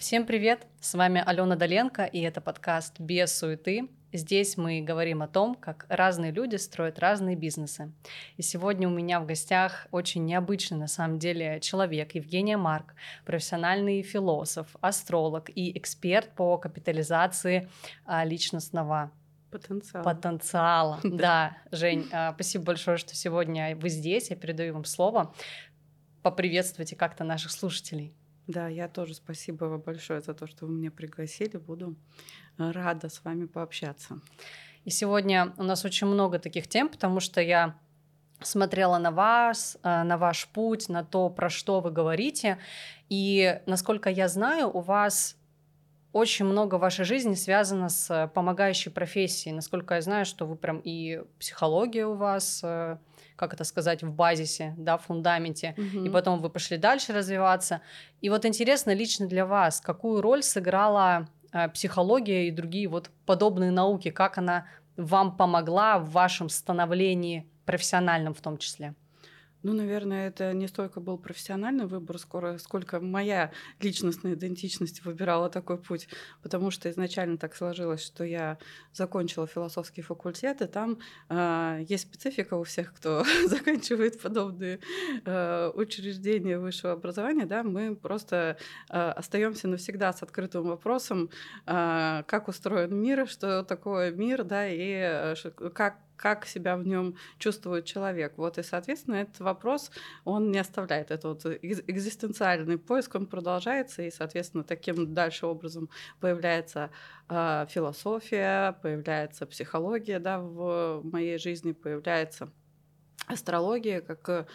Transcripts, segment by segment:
Всем привет! С вами Алена Доленко, и это подкаст «Без суеты». Здесь мы говорим о том, как разные люди строят разные бизнесы. И сегодня у меня в гостях очень необычный, на самом деле, человек Евгения Марк, профессиональный философ, астролог и эксперт по капитализации личностного потенциала. Да, Жень, спасибо большое, что сегодня вы здесь. Я передаю вам слово. Поприветствуйте как-то наших слушателей. Да, я тоже спасибо вам большое за то, что вы меня пригласили. Буду рада с вами пообщаться. И сегодня у нас очень много таких тем, потому что я смотрела на вас, на ваш путь, на то, про что вы говорите. И, насколько я знаю, у вас очень много в вашей жизни связано с помогающей профессией. Насколько я знаю, что вы прям и психология у вас, как это сказать, в базисе, да, в фундаменте, и потом вы пошли дальше развиваться. И вот интересно лично для вас, какую роль сыграла психология и другие вот подобные науки, как она вам помогла в вашем становлении профессиональном в том числе? Ну, наверное, это не столько был профессиональный выбор, сколько моя личностная идентичность выбирала такой путь, потому что изначально так сложилось, что я закончила философский факультет, и там есть специфика у всех, кто заканчивает подобные учреждения высшего образования, да, мы просто остаемся навсегда с открытым вопросом, как устроен мир, что такое мир, да, и как себя в нем чувствует человек. Вот, и, соответственно, этот вопрос, он не оставляет. Это вот экзистенциальный поиск, он продолжается, и, соответственно, таким дальше образом появляется философия, появляется психология, да, в моей жизни, появляется астрология как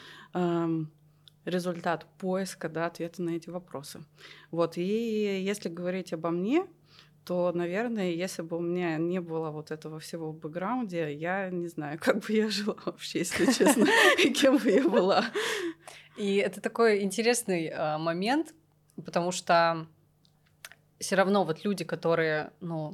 результат поиска, да, ответа на эти вопросы. Вот, и если говорить обо мне, то, наверное, если бы у меня не было вот этого всего в бэкграунде, я не знаю, как бы я жила вообще, если честно, и кем бы я была. И это такой интересный момент, потому что все равно вот люди, которые,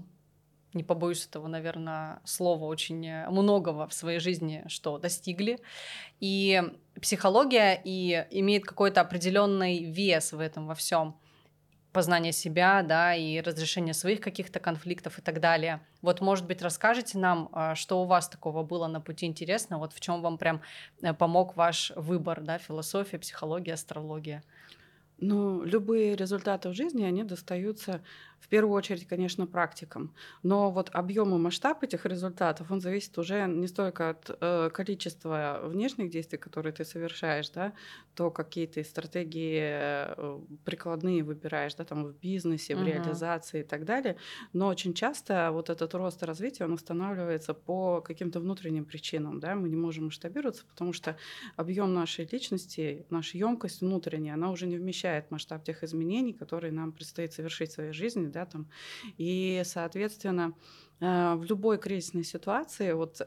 не побоюсь этого, наверное, слова, очень многого в своей жизни, что достигли, и психология и имеет какой-то определенный вес в этом во всем. Познание себя, да, и разрешение своих каких-то конфликтов и так далее. Вот, может быть, расскажите нам, что у вас такого было на пути интересно, вот в чем вам прям помог ваш выбор, да, философия, психология, астрология? Ну, любые результаты в жизни, они достаются в первую очередь, конечно, практикам. Но вот объем и масштаб этих результатов, он зависит уже не столько от количества внешних действий, которые ты совершаешь, да, то какие ты стратегии прикладные выбираешь, да, там в бизнесе, в реализации и так далее. Но очень часто вот этот рост и развитие, он устанавливается по каким-то внутренним причинам, да, мы не можем масштабироваться, потому что объем нашей личности, наша емкость внутренняя, она уже не вмещает масштаб тех изменений, которые нам предстоит совершить в своей жизни, да, там. И, соответственно, в любой кризисной ситуации вот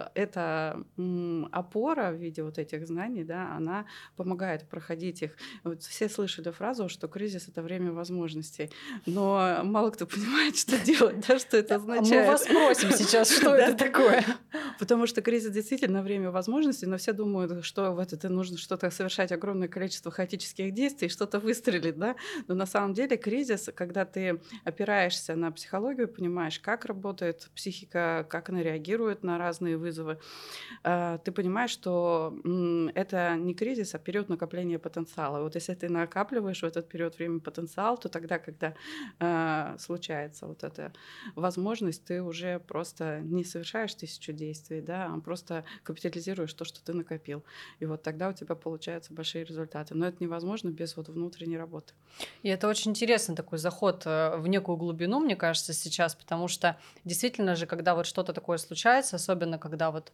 эта опора в виде вот этих знаний, да, она помогает проходить их. Вот все слышали фразу, что кризис — это время возможностей, но мало кто понимает, что делать, да, что это означает. Мы вас спросим сейчас, что это такое. Потому что кризис действительно время возможностей, но все думают, что в это нужно что-то совершать огромное количество хаотических действий, что-то выстрелит, да. Но на самом деле кризис, когда ты опираешься на психологию, понимаешь, как работает психика, как она реагирует на разные вызовы, ты понимаешь, что это не кризис, а период накопления потенциала. Вот если ты накапливаешь в этот период времени потенциал, то тогда, когда случается вот эта возможность, ты уже просто не совершаешь 1000 действий, да, а просто капитализируешь то, что ты накопил. И вот тогда у тебя получаются большие результаты. Но это невозможно без вот внутренней работы. И это очень интересный такой заход в некую глубину, мне кажется, сейчас, потому что действительно же, когда вот что-то такое случается, особенно когда вот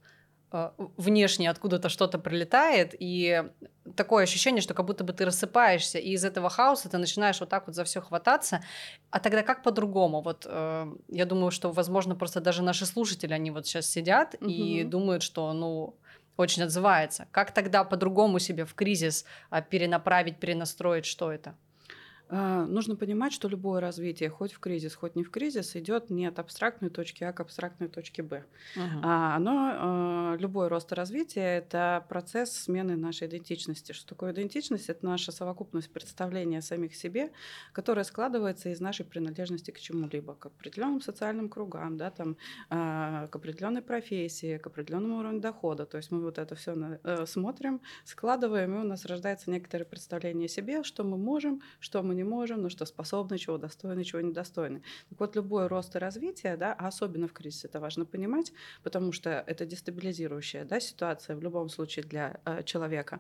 внешне откуда-то что-то прилетает, и такое ощущение, что как будто бы ты рассыпаешься, и из этого хаоса ты начинаешь вот так вот за все хвататься. А тогда как по-другому? Вот я думаю, что, возможно, просто даже наши слушатели, они вот сейчас сидят и думают, что, очень отзывается. Как тогда по-другому себе в кризис перенаправить, перенастроить, что это? Нужно понимать, что любое развитие, хоть в кризис, хоть не в кризис, идет не от абстрактной точки А к абстрактной точке Б. Мгм. Любой рост и развитие — это процесс смены нашей идентичности. Что такое идентичность? Это наша совокупность представления о самих себе, которая складывается из нашей принадлежности к чему-либо, к определенным социальным кругам, да, там, к определенной профессии, к определенному уровню дохода. То есть мы вот это все смотрим, складываем, и у нас рождается некоторое представление о себе, что мы можем, что мы не можем, на что способны, чего достойны, чего недостойны. Так вот, любой рост и развитие, да, а особенно в кризисе это важно понимать, потому что это дестабилизирующая, да, ситуация в любом случае для человека.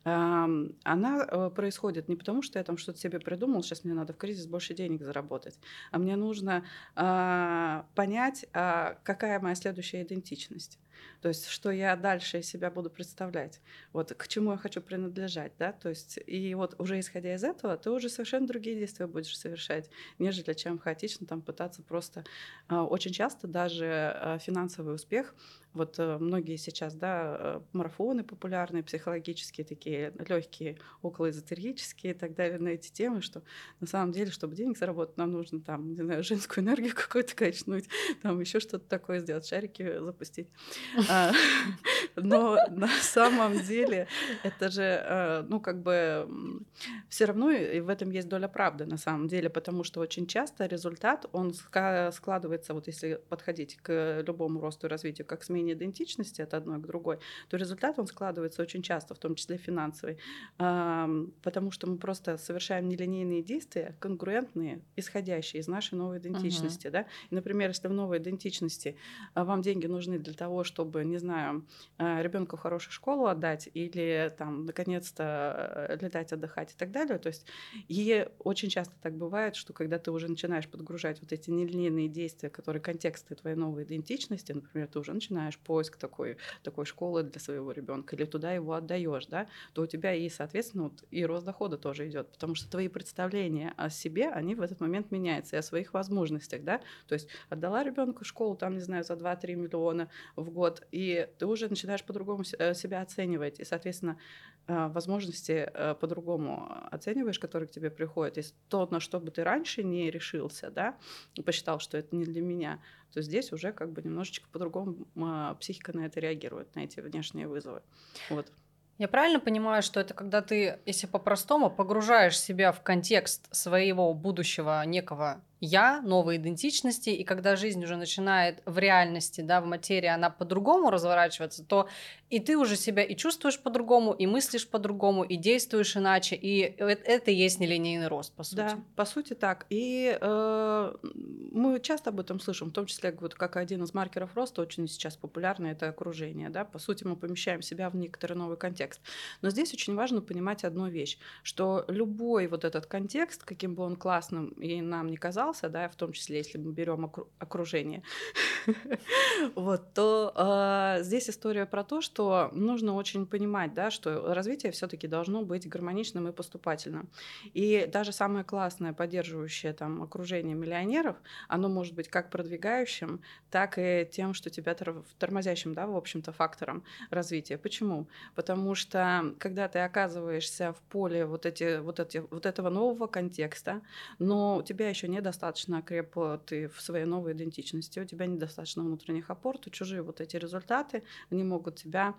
Она происходит не потому, что я там что-то себе придумал, сейчас мне надо в кризис больше денег заработать, а мне нужно понять, какая моя следующая идентичность. То есть, что я дальше из себя буду представлять, вот к чему я хочу принадлежать, да, то есть, и вот уже исходя из этого, ты уже совершенно другие действия будешь совершать, нежели чем хаотично там пытаться просто. Очень часто даже финансовый успех, вот многие сейчас, да, марафоны популярные, психологические такие, легкие, околоэзотерические и так далее на эти темы, что на самом деле, чтобы денег заработать, нам нужно там, не знаю, женскую энергию какую-то качнуть, там еще что-то такое сделать, шарики запустить. А, Но на самом деле это же, ну, как бы все равно и в этом есть доля правды на самом деле, потому что очень часто результат, он складывается, вот если подходить к любому росту и развитию как к смене идентичности от одной к другой, то результат, он складывается очень часто, в том числе финансовый, потому что мы просто совершаем нелинейные действия, конгруентные, исходящие из нашей новой Мгм. идентичности, да. И, например, если в новой идентичности вам деньги нужны для того, чтобы, не знаю, ребенка в хорошую школу отдать или там наконец-то летать, отдыхать и так далее. То есть и очень часто так бывает, что когда ты уже начинаешь подгружать вот эти нелинейные действия, которые контексты твоей новой идентичности, например, ты уже начинаешь поиск такой школы для своего ребенка или туда его отдаешь, да, то у тебя и, соответственно, вот, и рост дохода тоже идет, потому что твои представления о себе, они в этот момент меняются, и о своих возможностях, да, то есть отдала ребенка в школу, там, не знаю, за 2-3 миллиона в год, и ты уже начинаешь по-другому себя оценивать, и, соответственно, возможности по-другому оцениваешь, которые к тебе приходят. Если то, на что бы ты раньше не решился, да, и посчитал, что это не для меня, то здесь уже как бы немножечко по-другому психика на это реагирует, на эти внешние вызовы. Вот. Я правильно понимаю, что это когда ты, если по-простому, погружаешь себя в контекст своего будущего некого я, новой идентичности, и когда жизнь уже начинает в реальности, да, в материи, она по-другому разворачиваться, то и ты уже себя и чувствуешь по-другому, и мыслишь по-другому, и действуешь иначе, и это и есть нелинейный рост, по Да, сути. по сути так. И мы часто об этом слышим, в том числе вот как один из маркеров роста, очень сейчас популярный, это окружение. Да? По сути, мы помещаем себя в некоторый новый контекст. Но здесь очень важно понимать одну вещь, что любой вот этот контекст, каким бы он классным и нам не казался, да, в том числе, если мы берем окружение, вот, то здесь история про то, что нужно очень понимать, да, что развитие все-таки должно быть гармоничным и поступательным. И даже самое классное, поддерживающее там окружение миллионеров, оно может быть как продвигающим, так и тем, что тебя тормозящим, да, в общем-то, фактором развития. Почему? Потому что когда ты оказываешься в поле вот этого нового контекста, но у тебя еще недостаточно окреп ты в своей новой идентичности, у тебя недостаточно внутренних опор, то чужие вот эти результаты, они могут тебя,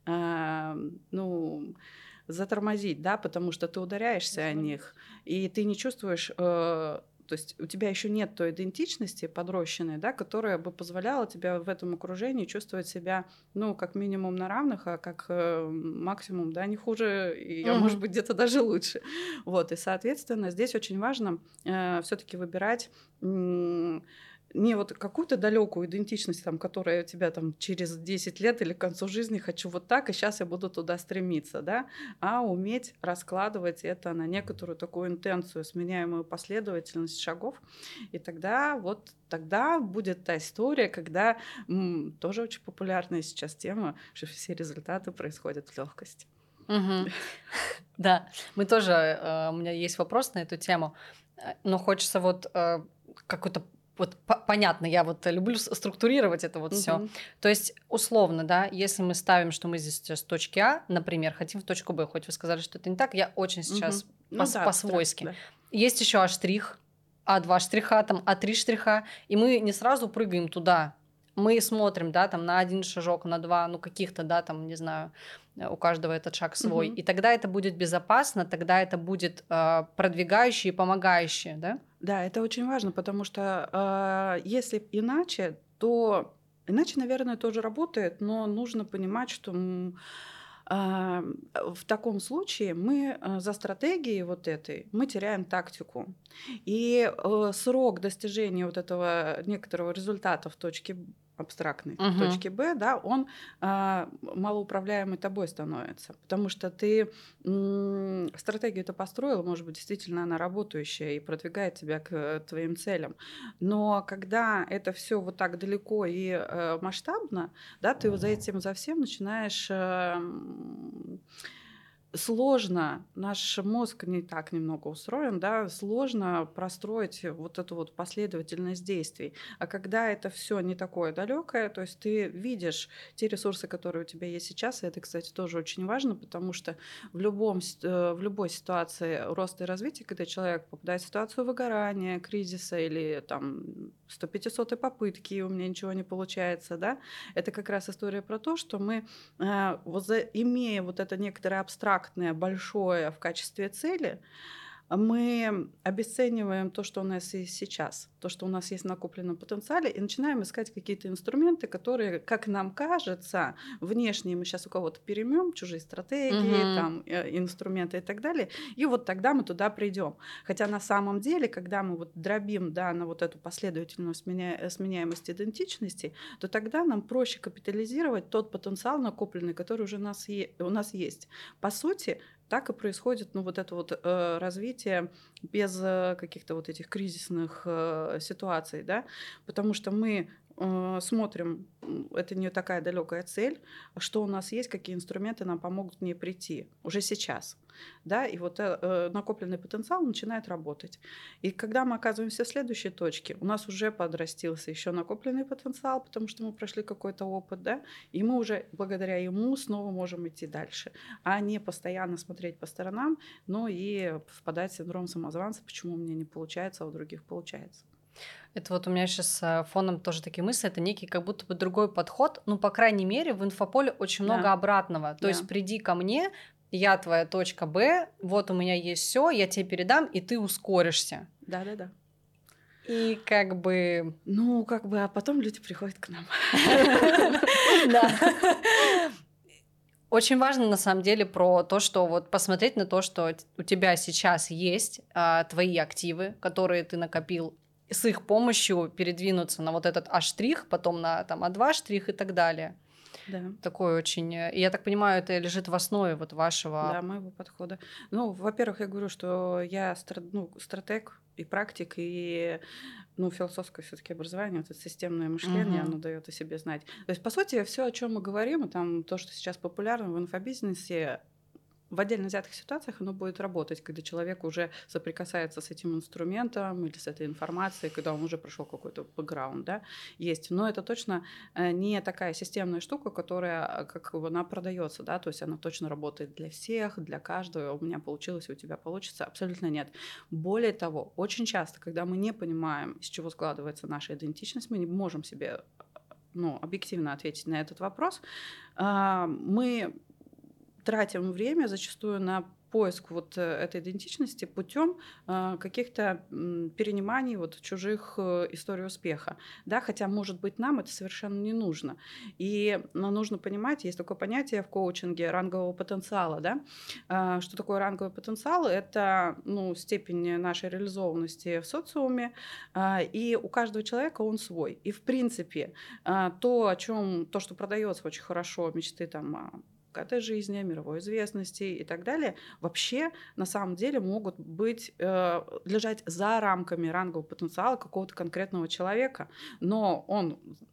ну, затормозить, да, потому что ты ударяешься о них, и ты не чувствуешь, то есть у тебя еще нет той идентичности подрощенной, да, которая бы позволяла тебе в этом окружении чувствовать себя, ну, как минимум на равных, а как максимум, да, не хуже, и, а может Мгм. быть где-то даже лучше. Вот, и, соответственно, здесь очень важно все-таки выбирать не вот какую-то далекую идентичность, там, которая у тебя там через 10 лет или к концу жизни хочу вот так, и сейчас я буду туда стремиться, да, а уметь раскладывать это на некоторую такую интенцию, сменяемую последовательность шагов. И тогда вот тогда будет та история, когда тоже очень популярная сейчас тема, что все результаты происходят в легкости. Мгм. Да, мы тоже, у меня есть вопрос на эту тему, но хочется вот какой-то вот понятно, я вот люблю структурировать это вот все. Мгм. То есть, условно, да, если мы ставим, что мы здесь сейчас с точки А, например, хотим в точку Б, хоть вы сказали, что это не так, я очень сейчас Мгм. Ну да, абстракт, по-свойски. да. есть еще А', А2 штриха, там А3 штриха, и мы не сразу прыгаем туда. Мы смотрим, да, там на один шажок, на два, ну каких-то, да, там, не знаю, у каждого этот шаг свой. И тогда это будет безопасно, тогда это будет продвигающее и помогающее, да? Да, это очень важно, потому что если иначе, то иначе, наверное, тоже работает, но нужно понимать, что в таком случае мы за стратегией вот этой мы теряем тактику. И срок достижения вот этого некоторого результата в точке абстрактной в точке Б, да, он малоуправляемый тобой становится, потому что ты стратегию-то построил, может быть, действительно она работающая и продвигает тебя к твоим целям, но когда это все вот так далеко и масштабно, да, ты вот за этим, за всем начинаешь сложно, наш мозг не так немного устроен, да, сложно простроить вот эту вот последовательность действий. А когда это все не такое далекое, то есть ты видишь те ресурсы, которые у тебя есть сейчас, и это, кстати, тоже очень важно, потому что в любой ситуации роста и развития, когда человек попадает в ситуацию выгорания, кризиса или там 100-500 попытки, и у меня ничего не получается, да, это как раз история про то, что мы, имея вот это некоторое абстрактное, большое в качестве цели, мы обесцениваем то, что у нас есть сейчас, то, что у нас есть в накопленном потенциале, и начинаем искать какие-то инструменты, которые, как нам кажется, внешне мы сейчас у кого-то переймем чужие стратегии, там, инструменты и так далее, и вот тогда мы туда придем. Хотя на самом деле, когда мы вот дробим, да, на вот эту последовательную сменяемость идентичности, то тогда нам проще капитализировать тот потенциал накопленный, который уже у нас есть. По сути, так и происходит, ну, вот это вот развитие без каких-то вот этих кризисных ситуаций, да, потому что мы смотрим, это не такая далекая цель, что у нас есть, какие инструменты нам помогут к ней прийти уже сейчас, да, и вот накопленный потенциал начинает работать. И когда мы оказываемся в следующей точке, у нас уже подрастился еще накопленный потенциал, потому что мы прошли какой-то опыт, да, и мы уже благодаря ему снова можем идти дальше, а не постоянно смотреть по сторонам, но и впадать в синдром самозванца, почему у меня не получается, а у других получается. Это вот у меня сейчас фоном тоже такие мысли, это некий как будто бы другой подход, ну, по крайней мере, в инфополе очень много Да. обратного, то есть приди ко мне, я твоя точка Б, вот у меня есть все, я тебе передам, и ты ускоришься. Да. И как бы... Ну, как бы, а потом люди приходят к нам. Да. Очень важно, на самом деле, про то, что вот посмотреть на то, что у тебя сейчас есть твои активы, которые ты накопил, с их помощью передвинуться на вот этот А', потом на там А2 штрих и так далее. Да. Такой очень... И я так понимаю, это лежит в основе вот вашего... Да, моего подхода. Ну, во-первых, я говорю, что я стратег и практик, и философское все-таки образование, вот это системное мышление, оно дает о себе знать. То есть, по сути, все, о чем мы говорим, и там то, что сейчас популярно в инфобизнесе, в отдельно взятых ситуациях оно будет работать, когда человек уже соприкасается с этим инструментом или с этой информацией, когда он уже прошел какой-то бэкграунд, да, есть. Но это точно не такая системная штука, которая, как она продается, да, то есть она точно работает для всех, для каждого. У меня получилось, у тебя получится. Абсолютно нет. Более того, очень часто, когда мы не понимаем, из чего складывается наша идентичность, мы не можем себе объективно ответить на этот вопрос, мы тратим время зачастую на поиск вот этой идентичности путем каких-то перениманий вот чужих историй успеха, да, хотя, может быть, нам это совершенно не нужно. И нужно понимать, есть такое понятие в коучинге рангового потенциала, да, что такое ранговый потенциал? Это, степень нашей реализованности в социуме, и у каждого человека он свой. И, в принципе, то, что продается очень хорошо, мечты там богатой жизни, мировой известности и так далее, вообще на самом деле могут быть, лежать за рамками рангового потенциала какого-то конкретного человека, но он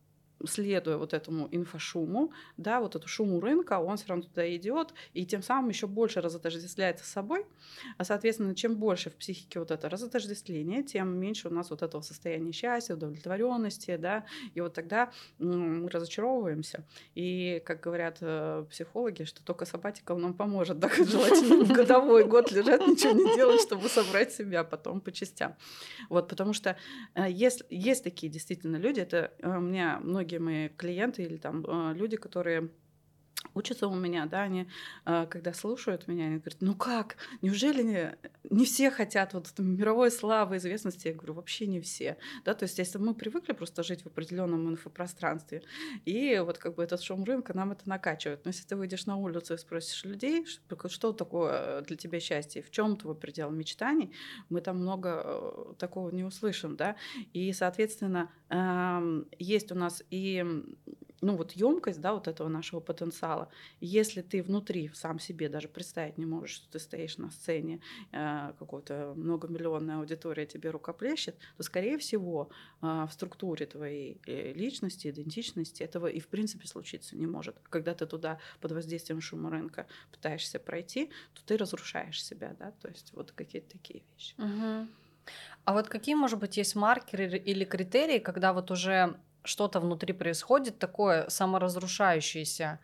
следуя вот этому инфошуму, да, вот эту шуму рынка, он все равно туда идет, и тем самым еще больше разотождествляется с собой. А, соответственно, чем больше в психике вот это разотождествление, тем меньше у нас вот этого состояния счастья, удовлетворенности, да, и вот тогда мы разочаровываемся. И, как говорят психологи, что только сабатикал нам поможет, да, желательно в годовой год лежать, ничего не делать, чтобы собрать себя потом по частям. Вот, потому что есть такие действительно люди, это у меня многие мои клиенты или там люди, которые учатся у меня, да, они, когда слушают меня, они говорят, ну как, неужели не все хотят вот этой мировой славы, известности? Я говорю, вообще не все, да, то есть если мы привыкли просто жить в определенном инфопространстве, и вот как бы этот шум рынка нам это накачивает. Но если ты выйдешь на улицу и спросишь людей, что такое для тебя счастье, в чем твой предел мечтаний, мы там много такого не услышим, да, и, соответственно, есть у нас и ну вот емкость, да, вот этого нашего потенциала. Если ты внутри сам себе даже представить не можешь, что ты стоишь на сцене, какой-то многомиллионной аудитории тебе рукоплещет, то, скорее всего, в структуре твоей личности, идентичности этого и в принципе случиться не может. Когда ты туда под воздействием шума рынка пытаешься пройти, то ты разрушаешь себя, да, то есть вот какие-то такие вещи. Мгм. А вот какие, может быть, есть маркеры или критерии, когда вот уже что-то внутри происходит такое саморазрушающееся?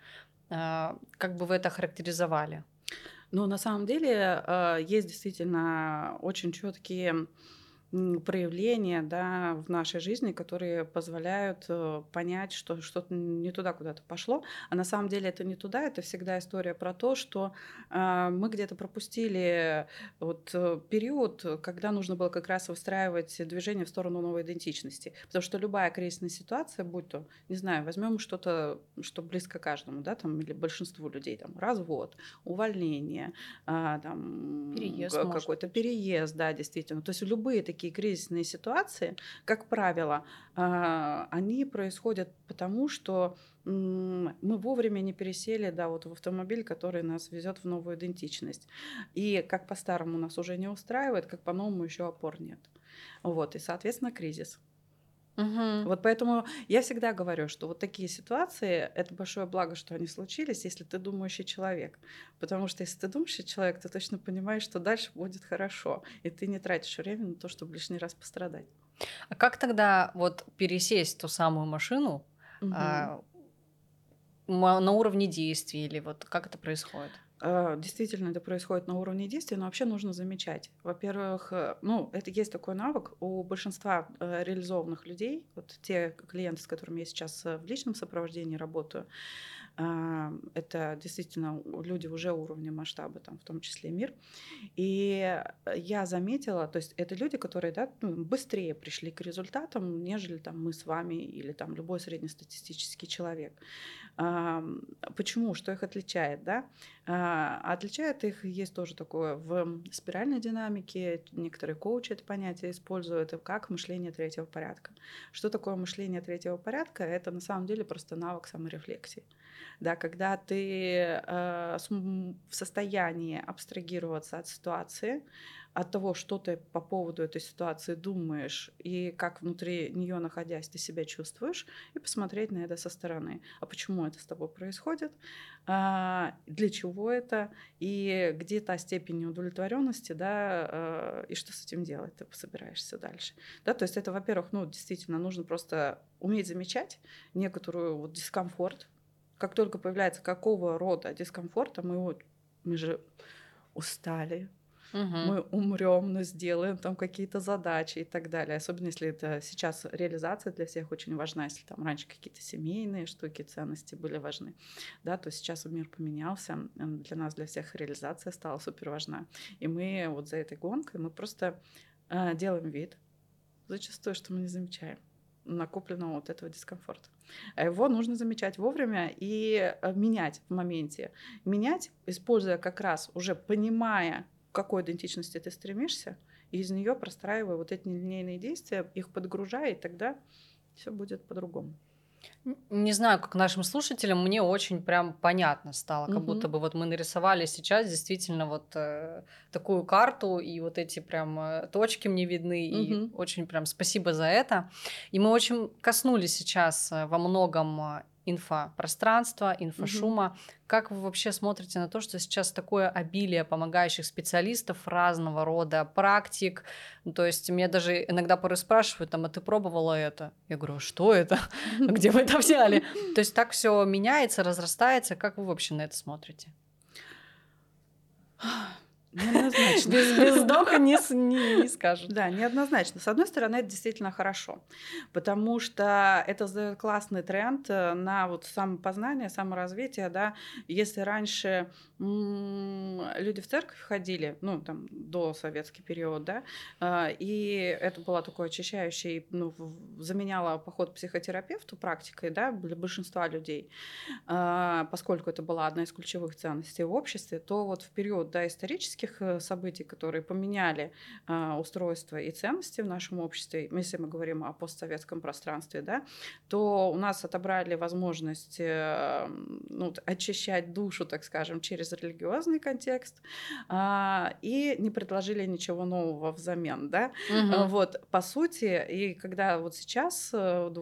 Как бы вы это характеризовали? Но на самом деле есть действительно очень четкие проявления, да, в нашей жизни, которые позволяют понять, что что-то не туда куда-то пошло. А на самом деле это не туда, это всегда история про то, что мы где-то пропустили вот, период, когда нужно было как раз выстраивать движение в сторону новой идентичности. Потому что любая кризисная ситуация, будь то, не знаю, возьмем что-то, что близко каждому, да, там, или большинству людей, там, развод, увольнение, Переезд, может какой-то быть. переезд, да, действительно. То есть любые такие кризисные ситуации, как правило, они происходят потому, что мы вовремя не пересели, да, вот в автомобиль, который нас везет в новую идентичность. И как по-старому нас уже не устраивает, как по-новому еще опор нет. Вот, и, соответственно, кризис. Мгм. Вот поэтому я всегда говорю, что вот такие ситуации — это большое благо, что они случились, если ты думающий человек. Потому что если ты думающий человек, ты точно понимаешь, что дальше будет хорошо, и ты не тратишь время на то, чтобы лишний раз пострадать. А как тогда вот пересесть в ту самую машину Мгм. а, на уровне действий или вот как это происходит? Действительно, это происходит на уровне действия, но вообще нужно замечать. Во-первых, ну, это есть такой навык у большинства реализованных людей, вот те клиенты, с которыми я сейчас в личном сопровождении работаю, это действительно люди уже уровня масштаба, там, в том числе мир. И я заметила, то есть это люди, которые, да, ну, быстрее пришли к результатам, нежели там мы с вами или там любой среднестатистический человек. Почему? Что их отличает, да? Отличает их, есть тоже такое в спиральной динамике, некоторые коучи это понятие используют, как мышление третьего порядка. Что такое мышление третьего порядка? Это на самом деле просто навык саморефлексии. Да, когда ты в состоянии абстрагироваться от ситуации, от того, что ты по поводу этой ситуации думаешь и как внутри нее находясь ты себя чувствуешь, и посмотреть на это со стороны. А почему это с тобой происходит? Для чего это? И где та степень неудовлетворенности, да, и что с этим делать? Ты собираешься дальше. Да, то есть это, во-первых, ну, действительно, нужно просто уметь замечать некоторую вот дискомфорт. Как только появляется какого рода дискомфорта, мы же устали, Мгм. мы умрем, но сделаем там какие-то задачи и так далее. Особенно если это сейчас реализация для всех очень важна. Если там раньше какие-то семейные штуки, ценности были важны, да, то сейчас мир поменялся. Для нас, для всех реализация стала супер важна. И мы вот за этой гонкой мы просто делаем вид зачастую, что мы не замечаем накопленного вот этого дискомфорта. А его нужно замечать вовремя и менять в моменте. Менять, используя как раз уже понимая, к какой идентичности ты стремишься, и из нее простраивая вот эти нелинейные действия, их подгружая, и тогда все будет по-другому. Не знаю, как нашим слушателям, мне очень прям понятно стало, как будто Мгм. бы вот мы нарисовали сейчас действительно вот такую карту, и вот эти прям точки мне видны, и Мгм. очень прям спасибо за это. И мы очень коснулись сейчас во многом инфопространства, Мгм. инфошума. Как вы вообще смотрите на то, что сейчас такое обилие помогающих специалистов разного рода, практик? Ну, то есть меня даже иногда порой спрашивают, там, а ты пробовала это? Я говорю, а что это? Где вы это взяли? То есть так все меняется, разрастается. Как вы вообще на это смотрите? Неоднозначно. Без вздоха не скажут. Да, неоднозначно. С одной стороны, это действительно хорошо, потому что это задаёт классный тренд, на вот самопознание, саморазвитие, да. Если раньше, люди в церковь ходили, ну, там, до советский период, да, и это была такой очищающей, ну, заменяла поход к психотерапевту практикой, да, для большинства людей, поскольку это была одна из ключевых ценностей в обществе, то вот в период, да, исторических, событий, которые поменяли устройства и ценности в нашем обществе, если мы говорим о постсоветском пространстве, да, то у нас отобрали возможность ну, очищать душу, так скажем, через религиозный контекст, и не предложили ничего нового взамен. Да? Мгм. Вот, по сути, и когда вот сейчас,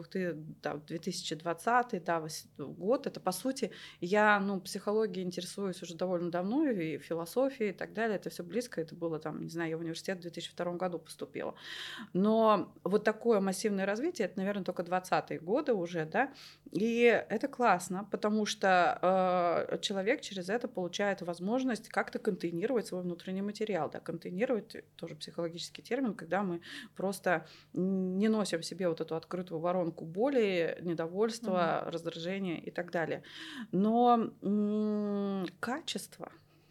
2020 да, год, это по сути, я ну, психологией интересуюсь уже довольно давно, и философией и так далее, это все близко, это было там, не знаю, я в университет в 2002 году поступила. Но вот такое массивное развитие, это, наверное, только 20-е годы уже, да, и это классно, потому что человек через это получает возможность как-то контейнировать свой внутренний материал, да, контейнировать, тоже психологический термин, когда мы просто не носим в себе вот эту открытую воронку боли, Мгм. недовольства, раздражения и так далее. Но качество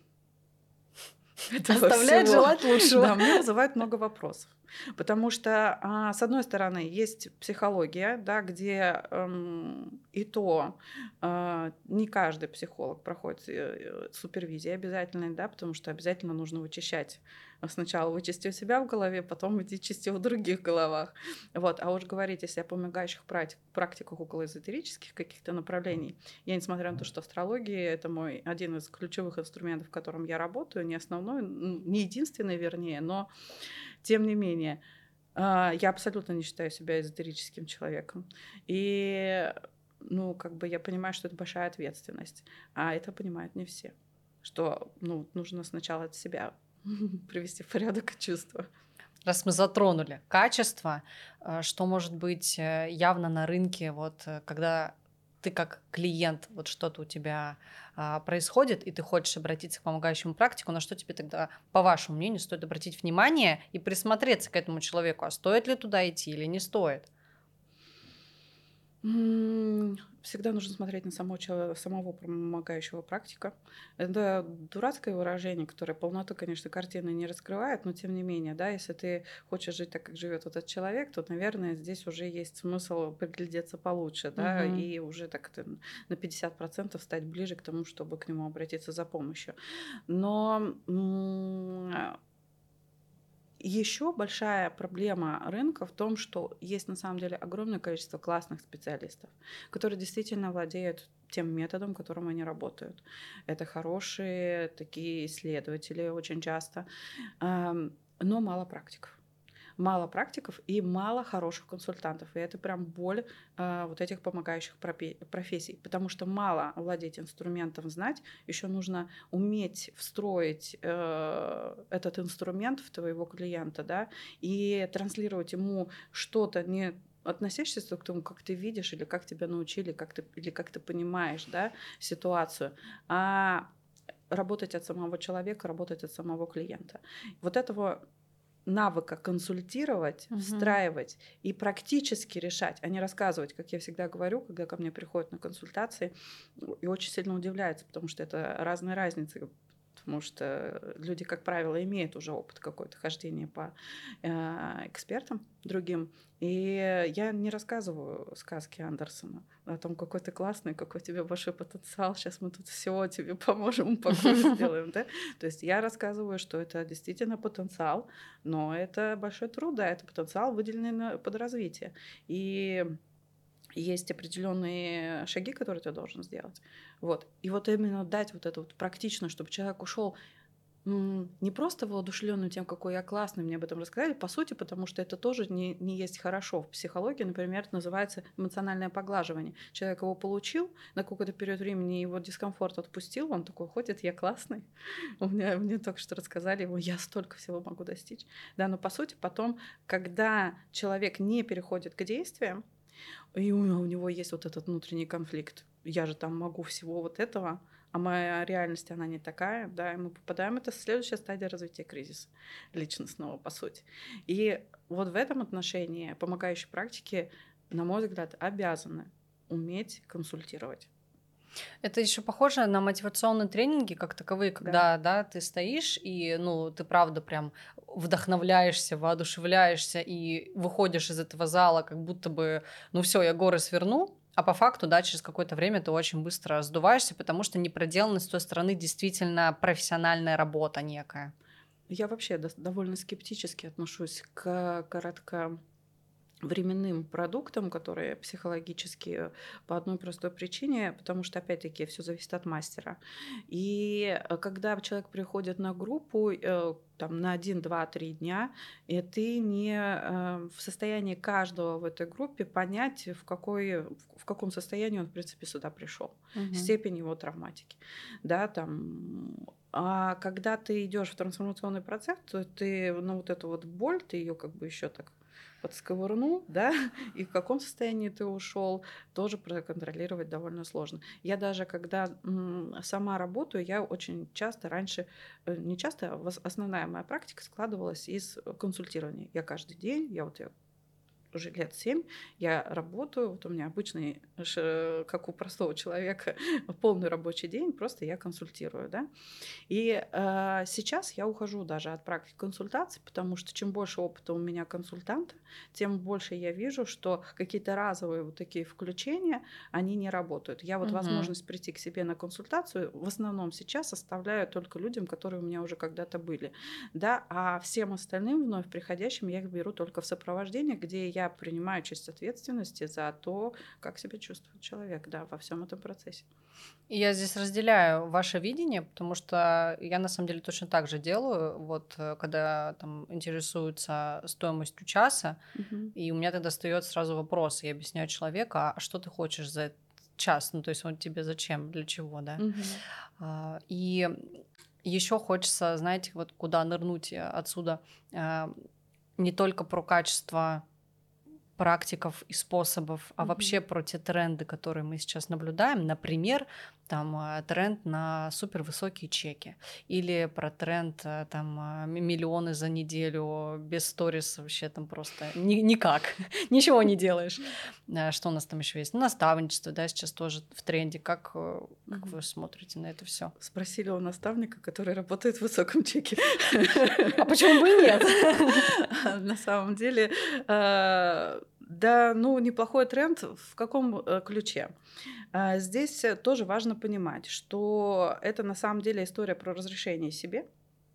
этого Оставляет всего, желать лучшего. да, у меня вызывает много вопросов. Потому что, с одной стороны, есть психология, да, где и то не каждый психолог проходит супервизии обязательной, да, потому что обязательно нужно вычищать. Сначала вычисти у себя в голове, потом иди чисти в других головах. Вот. А уж говорить, если о помогающих практиках около эзотерических каких-то направлений, я, несмотря на то, что астрология — это мой один из ключевых инструментов, в котором я работаю, не основной, не единственный, вернее, но тем не менее, я абсолютно не считаю себя эзотерическим человеком. И, ну, как бы я понимаю, что это большая ответственность, а это понимают не все. Что, ну, нужно сначала от себя привести в порядок чувства. Раз мы затронули качество, что может быть явно на рынке, вот когда ты как клиент, вот что-то у тебя происходит, и ты хочешь обратиться к помогающему практику, на что тебе тогда, по вашему мнению, стоит обратить внимание и присмотреться к этому человеку, а стоит ли туда идти или не стоит? Всегда нужно смотреть на самого помогающего практика. Это дурацкое выражение, которое полноту, конечно, картины не раскрывает, но тем не менее, да, если ты хочешь жить так, как живет этот человек, то, наверное, здесь уже есть смысл приглядеться получше, да, Мгм. и уже так это на 50% стать ближе к тому, чтобы к нему обратиться за помощью. Но еще большая проблема рынка в том, что есть на самом деле огромное количество классных специалистов, которые действительно владеют тем методом, которым они работают. Это хорошие такие исследователи очень часто, но мало практиков. Мало практиков и мало хороших консультантов. И это прям боль вот этих помогающих профессий. Потому что мало владеть инструментом, знать, еще нужно уметь встроить этот инструмент в твоего клиента, да, и транслировать ему что-то не относящийся к тому, как ты видишь, или как тебя научили, или как ты понимаешь, да, ситуацию, а работать от самого человека, работать от самого клиента. Вот этого навыка консультировать, Мгм. встраивать и практически решать, а не рассказывать, как я всегда говорю, когда ко мне приходят на консультации, и очень сильно удивляются, потому что это разные разницы, потому что люди, как правило, имеют уже опыт какой-то хождения по экспертам другим. И я не рассказываю сказки Андерсона о том, какой ты классный, какой у тебя большой потенциал, сейчас мы тут все тебе поможем, упакуем, сделаем, да? То есть я рассказываю, что это действительно потенциал, но это большой труд, да, это потенциал, выделенный под развитие. И есть определенные шаги, которые ты должен сделать. Вот. И вот именно дать вот это вот практично, чтобы человек ушел не просто воодушевленным тем, какой я классный, мне об этом рассказали, по сути, потому что это тоже не есть хорошо. В психологии, например, это называется эмоциональное поглаживание. Человек его получил, на какой-то период времени его дискомфорт отпустил, он такой ходит, я классный. Мне только что рассказали его, я столько всего могу достичь. Да, но по сути потом, когда человек не переходит к действиям, и у него есть вот этот внутренний конфликт, я же там могу всего вот этого, а моя реальность, она не такая, да, и мы попадаем, это следующая стадия развития кризиса личностного, по сути. И вот в этом отношении помогающие практики, на мой взгляд, обязаны уметь консультировать. Это еще похоже на мотивационные тренинги как таковые, когда, да, ты стоишь и, ну, ты правда прям вдохновляешься, воодушевляешься и выходишь из этого зала, как будто бы, ну все, я горы сверну, а по факту, да, через какое-то время ты очень быстро сдуваешься, потому что не проделана с той стороны действительно профессиональная работа некая. Я вообще довольно скептически отношусь к временным продуктам, которые психологически по одной простой причине, потому что, опять-таки, все зависит от мастера. И когда человек приходит на группу там, на 1, 2, 3 дня, и ты не в состоянии каждого в этой группе понять, в каком состоянии он, в принципе, сюда пришел, степень его травматики. Да, там. А когда ты идешь в трансформационный процесс, то ты, ну, вот эту вот боль, ты ее как бы еще так подсковырнул, да, и в каком состоянии ты ушел, тоже проконтролировать довольно сложно. Я даже, когда сама работаю, я очень часто раньше, не часто, а основная моя практика складывалась из консультирования. Я каждый день, я уже лет 7 я работаю, вот у меня обычный, как у простого человека, полный рабочий день, просто я консультирую, да. И сейчас я ухожу даже от практики консультаций, потому что чем больше опыта у меня консультанта, тем больше я вижу, что какие-то разовые вот такие включения, они не работают. Я вот возможность прийти к себе на консультацию в основном сейчас оставляю только людям, которые у меня уже когда-то были, да, а всем остальным вновь приходящим я их беру только в сопровождение, где я принимаю часть ответственности за то, как себя чувствует человек, да, во всем этом процессе. И я здесь разделяю ваше видение, потому что я на самом деле точно так же делаю, вот когда там интересуются стоимостью часа, и у меня тогда встает сразу вопрос, я объясняю человеку, а что ты хочешь за этот час, ну то есть он тебе зачем, для чего, да? И еще хочется, знаете, вот куда нырнуть отсюда, не только про качество практиков и способов, а вообще про те тренды, которые мы сейчас наблюдаем. Например, там тренд на супервысокие чеки или про тренд там миллионы за неделю без сторис вообще там просто никак, ничего не делаешь. Что у нас там еще есть? Наставничество, да, сейчас тоже в тренде. Как вы смотрите на это все? Спросили у наставника, который работает в высоком чеке. А почему бы и нет? На самом деле, да, ну, неплохой тренд в каком ключе? Здесь тоже важно понимать, что это на самом деле история про разрешение себе.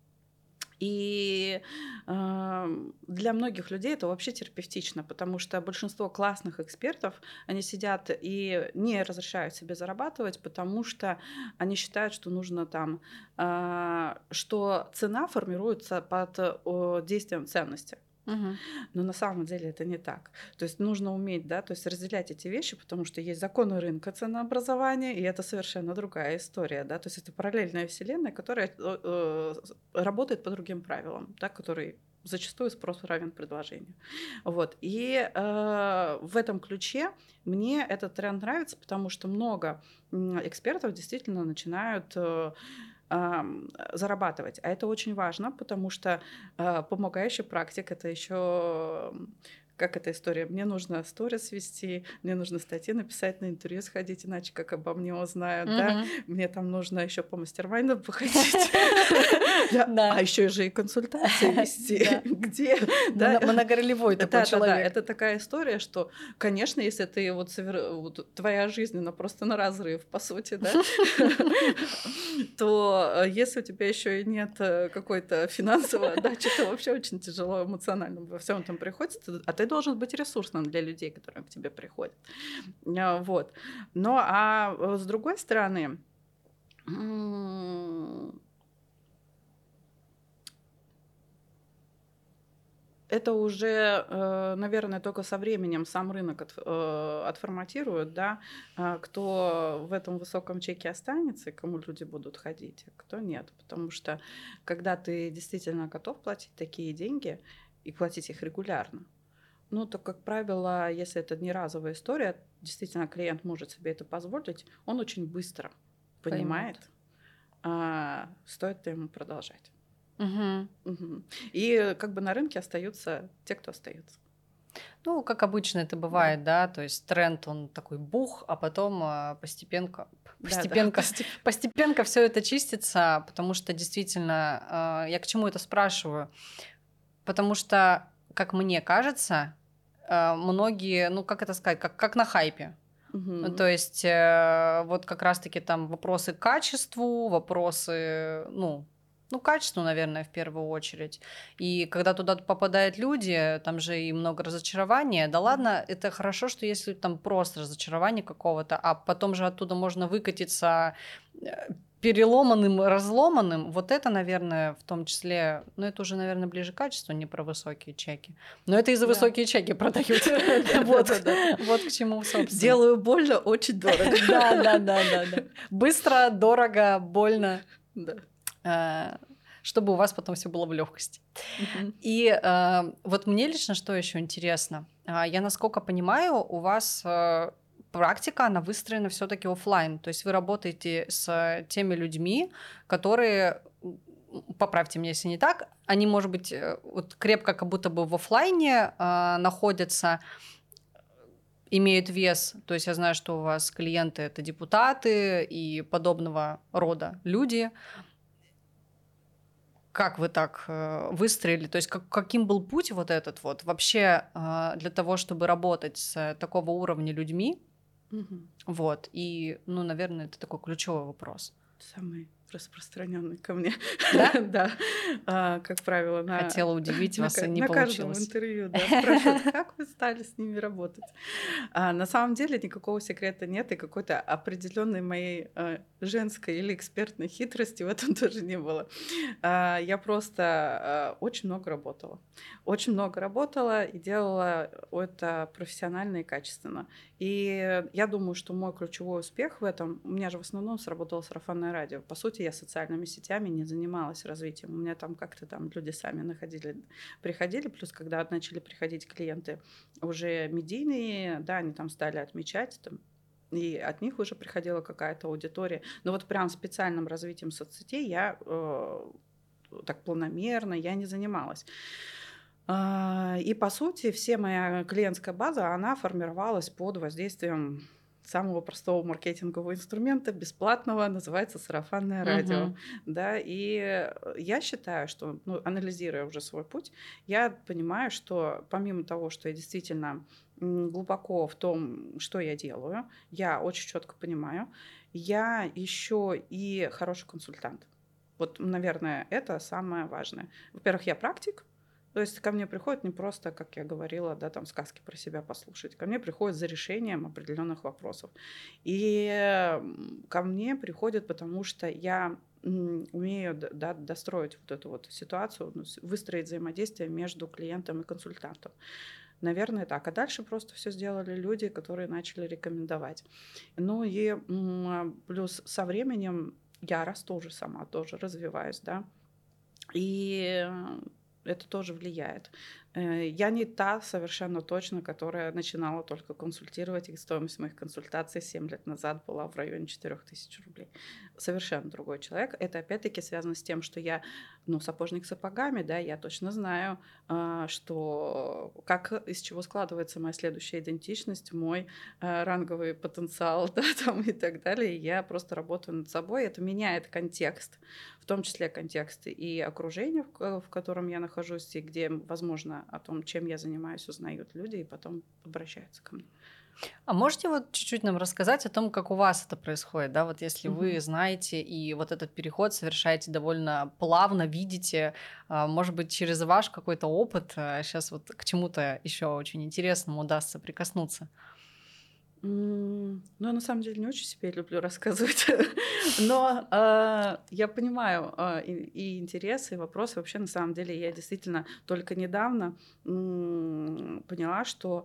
И для многих людей это вообще терапевтично, потому что большинство классных экспертов, они сидят и не разрешают себе зарабатывать, потому что они считают, что нужно там, что цена формируется под действием ценности. Но на самом деле это не так. То есть нужно уметь, да, то есть разделять эти вещи, потому что есть законы рынка ценообразования, и это совершенно другая история, да, то есть это параллельная вселенная, которая работает по другим правилам, да, который зачастую спрос равен предложению. Вот. И в этом ключе мне этот тренд нравится, потому что много экспертов действительно начинают зарабатывать. А это очень важно, потому что помогающий практик — это еще как эта история. Мне нужно сторис вести, мне нужно статьи написать, на интервью сходить, иначе как обо мне узнают, да? Мне там нужно еще по мастер-майндам походить. А еще же и консультации вести. Где? Многоролевой такой человек. Да, это такая история, что, конечно, если ты твоя жизнь, она просто на разрыв, по сути, да, то если у тебя еще и нет какой-то финансовой отдачи, то вообще очень тяжело эмоционально во всем этом приходится. От ты должен быть ресурсным для людей, которые к тебе приходят. Вот. Но с другой стороны, это уже, наверное, только со временем сам рынок отформатирует, да, кто в этом высоком чеке останется и кому люди будут ходить, а кто нет. Потому что когда ты действительно готов платить такие деньги и платить их регулярно, ну, то, как правило, если это не разовая история, действительно клиент может себе это позволить, он очень быстро понимает, стоит ли ему продолжать. Угу. И как бы на рынке остаются те, кто остается. Ну, как обычно это бывает, да, то есть тренд, он такой бух, а потом постепенно все это чистится, потому что действительно, я к чему это спрашиваю? Потому что, как мне кажется, многие, ну, как это сказать, как на хайпе. Ну, то есть вот как раз-таки там вопросы к качеству, вопросы, качеству, наверное, в первую очередь. И когда туда попадают люди, там же и много разочарования. Да ладно, это хорошо, что если там просто разочарование какого-то, а потом же оттуда можно выкатиться переломанным, разломанным. Вот это, наверное, в том числе, это уже, наверное, ближе к качеству, не про высокие чеки. Но это и за высокие чеки продают. Вот к чему, собственно. Делаю больно, очень дорого. Да. Быстро, дорого, больно. Да. Чтобы у вас потом все было в легкости. И вот мне лично что еще интересно. Я, насколько понимаю, у вас практика, она выстроена все-таки офлайн. То есть вы работаете с теми людьми, которые, поправьте меня, если не так, они, может быть, вот крепко как будто бы в офлайне находятся, имеют вес. То есть я знаю, что у вас клиенты — это депутаты и подобного рода люди. Как вы так выстроили? То есть каким был путь вот этот вот вообще для того, чтобы работать с такого уровня людьми? Вот. И, наверное, это такой ключевой вопрос. Самый распространенный ко мне. Да? Да. Как правило, хотела удивить вас, и не получилось. На каждом интервью спрашивают, как вы стали с ними работать. На самом деле никакого секрета нет, и какой-то определенной моей женской или экспертной хитрости в этом тоже не было. Я просто очень много работала. Очень много работала и делала это профессионально и качественно. И я думаю, что мой ключевой успех в этом, у меня же в основном сработало сарафанное радио. По сути, я социальными сетями не занималась развитием. У меня там как-то люди сами приходили. Плюс, когда начали приходить клиенты уже медийные, да, они там стали отмечать, и от них уже приходила какая-то аудитория. Но вот прям специальным развитием соцсетей я так планомерно я не занималась. И, по сути, вся моя клиентская база, она формировалась под воздействием самого простого маркетингового инструмента, бесплатного, называется сарафанное радио. Да, и я считаю, что, анализируя уже свой путь, я понимаю, что помимо того, что я действительно глубоко в том, что я делаю, я очень четко понимаю, я еще и хороший консультант. Вот, наверное, это самое важное. Во-первых, я практик. То есть ко мне приходят не просто, как я говорила, да, там сказки про себя послушать. Ко мне приходят за решением определенных вопросов. И ко мне приходят, потому что я умею достроить вот эту вот ситуацию, выстроить взаимодействие между клиентом и консультантом. Наверное, так. А дальше просто все сделали люди, которые начали рекомендовать. Ну и плюс со временем я расту уже сама, тоже развиваюсь, да. И это тоже влияет. Я не та совершенно точно, которая начинала только консультировать, и стоимость моих консультаций 7 лет назад была в районе 4000 рублей. Совершенно другой человек. Это опять-таки связано с тем, что я, сапожник сапогами, да, я точно знаю, что из чего складывается моя следующая идентичность, мой ранговый потенциал, да, там и так далее. И я просто работаю над собой. Это меняет контекст, в том числе контекст и окружение, в котором я нахожусь, и где, возможно, о том, чем я занимаюсь, узнают люди и потом обращаются ко мне. А можете вот чуть-чуть нам рассказать о том, как у вас это происходит, да, вот если Мгм. вы знаете и вот этот переход совершаете довольно плавно, видите, может быть, через ваш какой-то опыт, сейчас вот к чему-то еще очень интересному удастся прикоснуться. Ну, я на самом деле не очень себе люблю рассказывать, но я понимаю и интересы, и вопросы. Вообще, на самом деле, я действительно только недавно поняла, что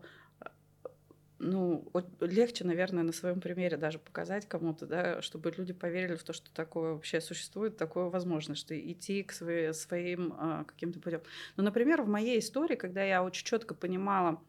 ну, вот легче, наверное, на своем примере даже показать кому-то, да, чтобы люди поверили в то, что такое вообще существует, такое возможно, что идти к своим каким-то путем. Ну, например, в моей истории, когда я очень четко понимала,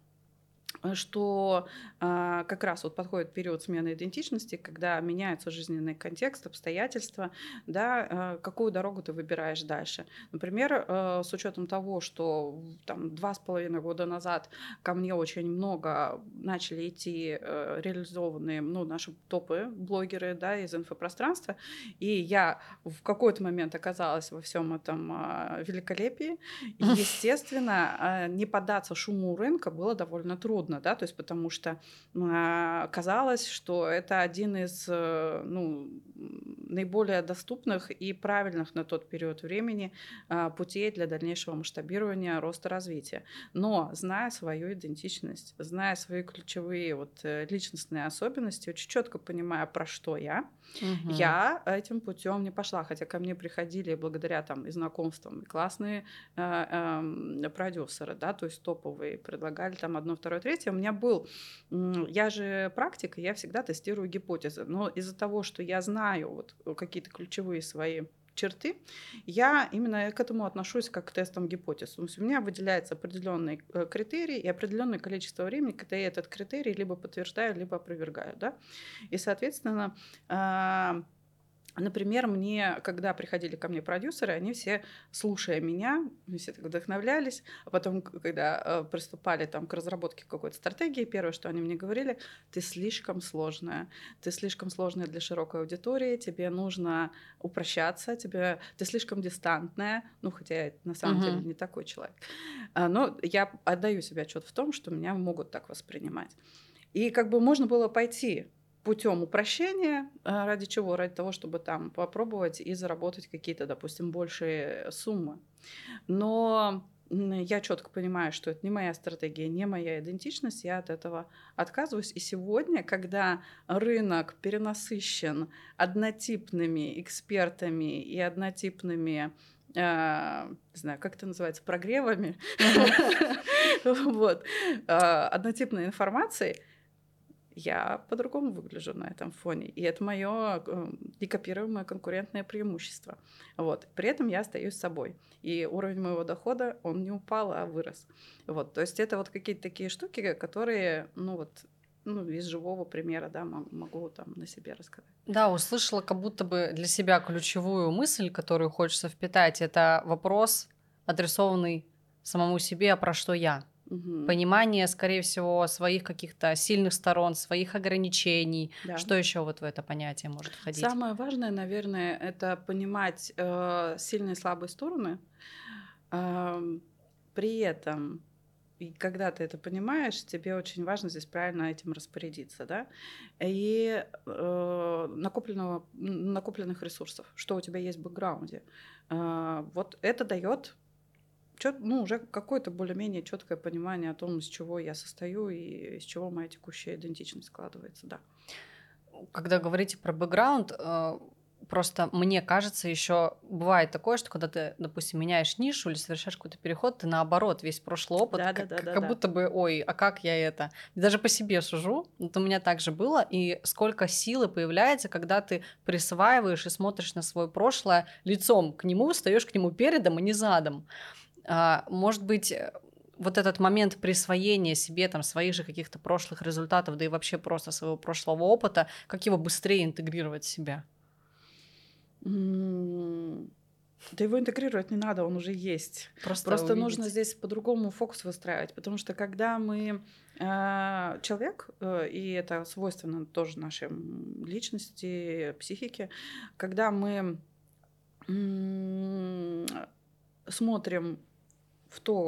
что как раз вот подходит период смены идентичности, когда меняется жизненный контекст, обстоятельства, да, какую дорогу ты выбираешь дальше. Например, с учетом того, что там 2,5 года назад ко мне очень много начали идти реализованные, ну, наши топы блогеры, да, из инфопространства, и я в какой-то момент оказалась во всем этом великолепии. Естественно, не поддаться шуму рынка было довольно трудно, да, то есть потому что казалось, что это один из ну, наиболее доступных и правильных на тот период времени путей для дальнейшего масштабирования, роста, развития. Но зная свою идентичность, зная свои ключевые вот личностные особенности, очень четко понимая, про что Мгм. я этим путем не пошла, хотя ко мне приходили благодаря там и знакомствам и классные продюсеры, да, то есть топовые, предлагали там одно, второе, третье. У меня был, я же практик, и я всегда тестирую гипотезы, но из-за того, что я знаю вот какие-то ключевые свои черты, я именно к этому отношусь как к тестам гипотез. То есть у меня выделяется определенный критерий и определенное количество времени, когда я этот критерий либо подтверждаю, либо опровергаю, да, и, соответственно, например, когда приходили ко мне продюсеры, они все, слушая меня, они все так вдохновлялись, а потом, когда приступали там, к разработке какой-то стратегии, первое, что они мне говорили: ты слишком сложная для широкой аудитории, тебе нужно упрощаться, ты слишком дистантная, ну, хотя я на самом деле Мгм. не такой человек. Но я отдаю себе отчет в том, что меня могут так воспринимать. И как бы можно было пойти путем упрощения, ради чего? Ради того, чтобы там попробовать и заработать какие-то, допустим, большие суммы. Но я четко понимаю, что это не моя стратегия, не моя идентичность, я от этого отказываюсь. И сегодня, когда рынок перенасыщен однотипными экспертами и однотипными, не знаю, как это называется, прогревами, Мгм. вот, однотипной информацией, я по-другому выгляжу на этом фоне. И это мое некопируемое конкурентное преимущество. Вот. При этом я остаюсь собой. И уровень моего дохода, он не упал, а вырос. Вот. То есть это вот какие-то такие штуки, которые, ну вот, ну, из живого примера, да, могу там на себе рассказать. Да, услышала как будто бы для себя ключевую мысль, которую хочется впитать. Это вопрос, адресованный самому себе, а про что я. Мгм. Понимание, скорее всего, своих каких-то сильных сторон, своих ограничений. Да. Что еще вот в это понятие может входить? Самое важное, наверное, это понимать сильные и слабые стороны. Ам, При этом, и когда ты это понимаешь, тебе очень важно здесь правильно этим распорядиться, да, и накопленных ресурсов, что у тебя есть в бэкграунде. Вот это дает ну, уже какое-то более-менее четкое понимание о том, из чего я состою и из чего моя текущая идентичность складывается, да. Когда говорите про бэкграунд, просто мне кажется, еще бывает такое, что когда ты, допустим, меняешь нишу или совершаешь какой-то переход, ты наоборот, весь прошлый опыт, Да, да, да, да, как да. будто бы, ой, а как я это? Даже по себе сужу, вот у меня так же было, и сколько силы появляется, когда ты присваиваешь и смотришь на свое прошлое лицом к нему, встаешь к нему передом, а не задом. Может быть, вот этот момент присвоения себе там своих же каких-то прошлых результатов, да и вообще просто своего прошлого опыта, как его быстрее интегрировать в себя? М, Да его интегрировать не надо, он уже есть. Просто Просто нужно увидеть. здесь по-другому фокус выстраивать, потому что когда мы человек, и это свойственно тоже нашей личности, психике, когда мы м, смотрим в то,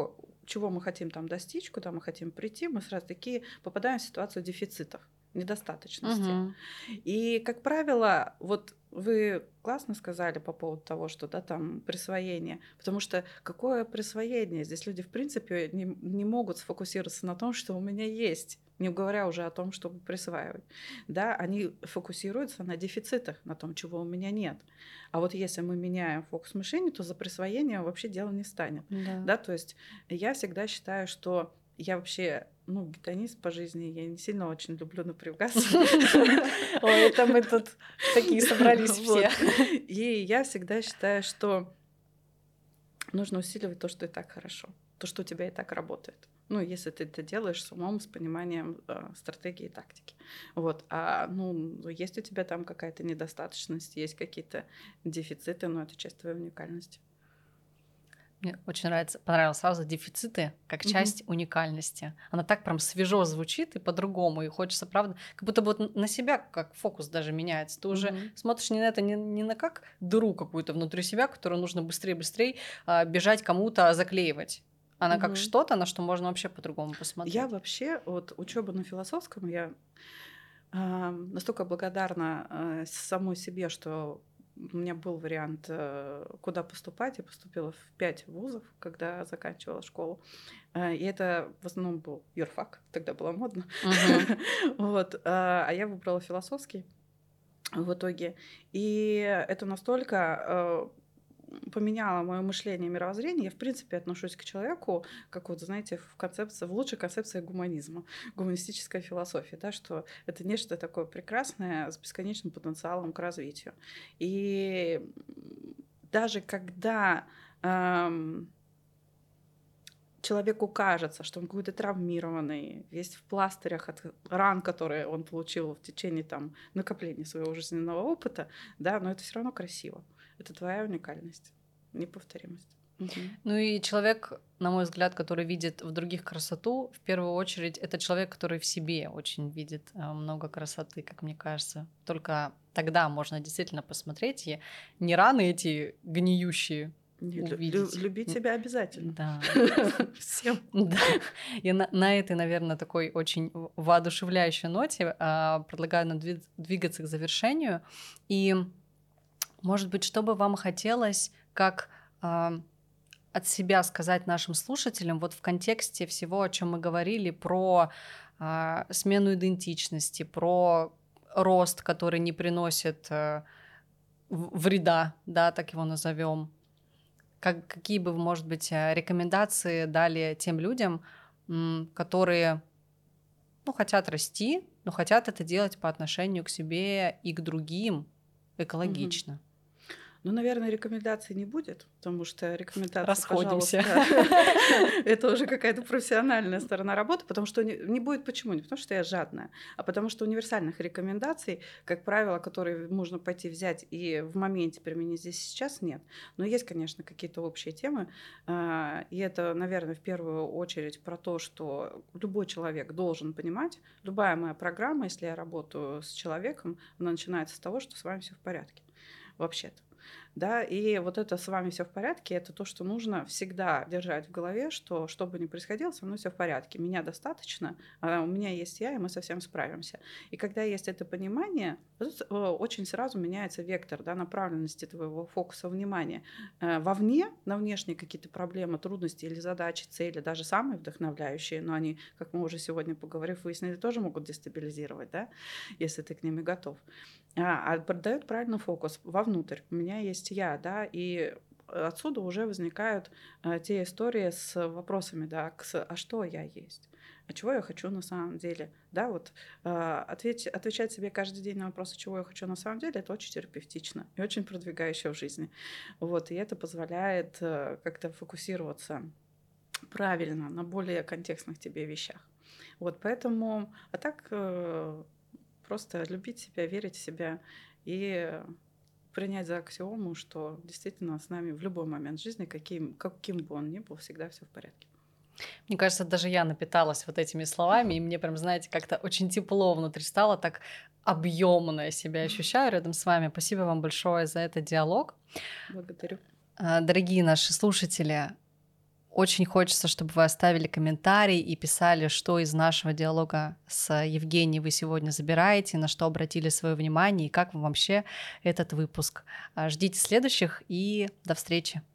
чего мы хотим там достичь, куда мы хотим прийти, мы сразу такие попадаем в ситуацию дефицитов, недостаточности. Мгм. И, как правило, вот вы классно сказали по поводу того, что да, там присвоение, потому что какое присвоение? Здесь люди, в принципе, не могут сфокусироваться на том, что у меня есть, не говоря уже о том, чтобы присваивать. Да, они фокусируются на дефицитах, на том, чего у меня нет. А вот если мы меняем фокус мышления, то за присвоение вообще дело не станет. Да. Да, то есть я всегда считаю, что я вообще, ну, гедонист по жизни, я не сильно очень люблю напрягаться. Ой, это мы тут такие собрались Вот. все. И я всегда считаю, что нужно усиливать то, что и так хорошо, то, что у тебя и так работает. Ну, если ты это делаешь с умом, с пониманием стратегии и тактики. Вот. А ну, есть у тебя там какая-то недостаточность, есть какие-то дефициты, но это часть твоей уникальности. Мне очень понравилось сразу дефициты как часть уникальности. Она так прям свежо звучит и по-другому, и хочется, правда, как будто бы вот на себя как фокус даже меняется. Ты уже смотришь не на это, не на как дыру какую-то внутри себя, которую нужно быстрее-быстрее бежать кому-то заклеивать. Она как что-то, на что можно вообще по-другому посмотреть. Я вообще, вот учеба на философском, я настолько благодарна самой себе, что у меня был вариант, куда поступать. Я поступила в 5 вузов, когда заканчивала школу. И это в основном был юрфак, тогда было модно. Вот. А я выбрала философский в итоге. И это настолько поменяло мое мышление и мировоззрение. Я, в принципе, отношусь к человеку, как вот, знаете, в лучшей концепции гуманизма, гуманистическая философия, да, что это нечто такое прекрасное с бесконечным потенциалом к развитию. И даже когда человеку кажется, что он какой-то травмированный, весь в пластырях от ран, которые он получил в течение там, накопления своего жизненного опыта, да, но это все равно красиво. Это твоя уникальность, неповторимость. Ну и человек, на мой взгляд, который видит в других красоту, в первую очередь, это человек, который в себе очень видит много красоты, как мне кажется. Только тогда можно действительно посмотреть и не раны эти гниющие увидеть. Любить себя обязательно. Да. Всем. Да. И на этой, наверное, такой очень воодушевляющей ноте предлагаю двигаться к завершению. И, может быть, что бы вам хотелось, как от себя сказать нашим слушателям вот в контексте всего, о чем мы говорили, про смену идентичности, про рост, который не приносит вреда, да, так его назовем. Какие бы, может быть, рекомендации дали тем людям, которые, ну, хотят расти, но хотят это делать по отношению к себе и к другим экологично? Ну, наверное, рекомендаций не будет, потому что рекомендации, расходимся. Это уже какая-то профессиональная сторона работы, потому что не будет почему? Не потому что я жадная, а потому что универсальных рекомендаций, как правило, которые можно пойти взять и в моменте применить здесь и сейчас, нет. Но есть, конечно, какие-то общие темы, и это, наверное, в первую очередь про то, что любой человек должен понимать, любая моя программа, если я работаю с человеком, она начинается с того, что с вами все в порядке. Вообще-то. Да, и вот это с вами все в порядке, это то, что нужно всегда держать в голове, что бы ни происходило, со мной все в порядке, меня достаточно, у меня есть я, и мы со всем справимся. И когда есть это понимание, тут очень сразу меняется вектор, да, направленности твоего фокуса внимания. Вовне, на внешние какие-то проблемы, трудности или задачи, цели, даже самые вдохновляющие, но они, как мы уже сегодня поговорив, выяснили, тоже могут дестабилизировать, да, если ты к ним и готов. А дает правильный фокус вовнутрь. У меня есть я, да, и отсюда уже возникают те истории с вопросами, да, а что я есть? А чего я хочу на самом деле? Да, вот отвечать себе каждый день на вопросы, чего я хочу на самом деле, это очень терапевтично и очень продвигающе в жизни. Вот, и это позволяет как-то фокусироваться правильно на более контекстных тебе вещах. Вот, поэтому, а так просто любить себя, верить в себя и принять за аксиому, что действительно с нами в любой момент жизни, каким бы он ни был, всегда все в порядке. Мне кажется, даже я напиталась вот этими словами, и мне прям, знаете, как-то очень тепло внутри стало, так объемно я себя ощущаю рядом с вами. Спасибо вам большое за этот диалог. Благодарю. Дорогие наши слушатели, Очень хочется, чтобы вы оставили комментарий и писали, что из нашего диалога с Евгенией вы сегодня забираете, на что обратили свое внимание и как вам вообще этот выпуск. Ждите следующих и до встречи.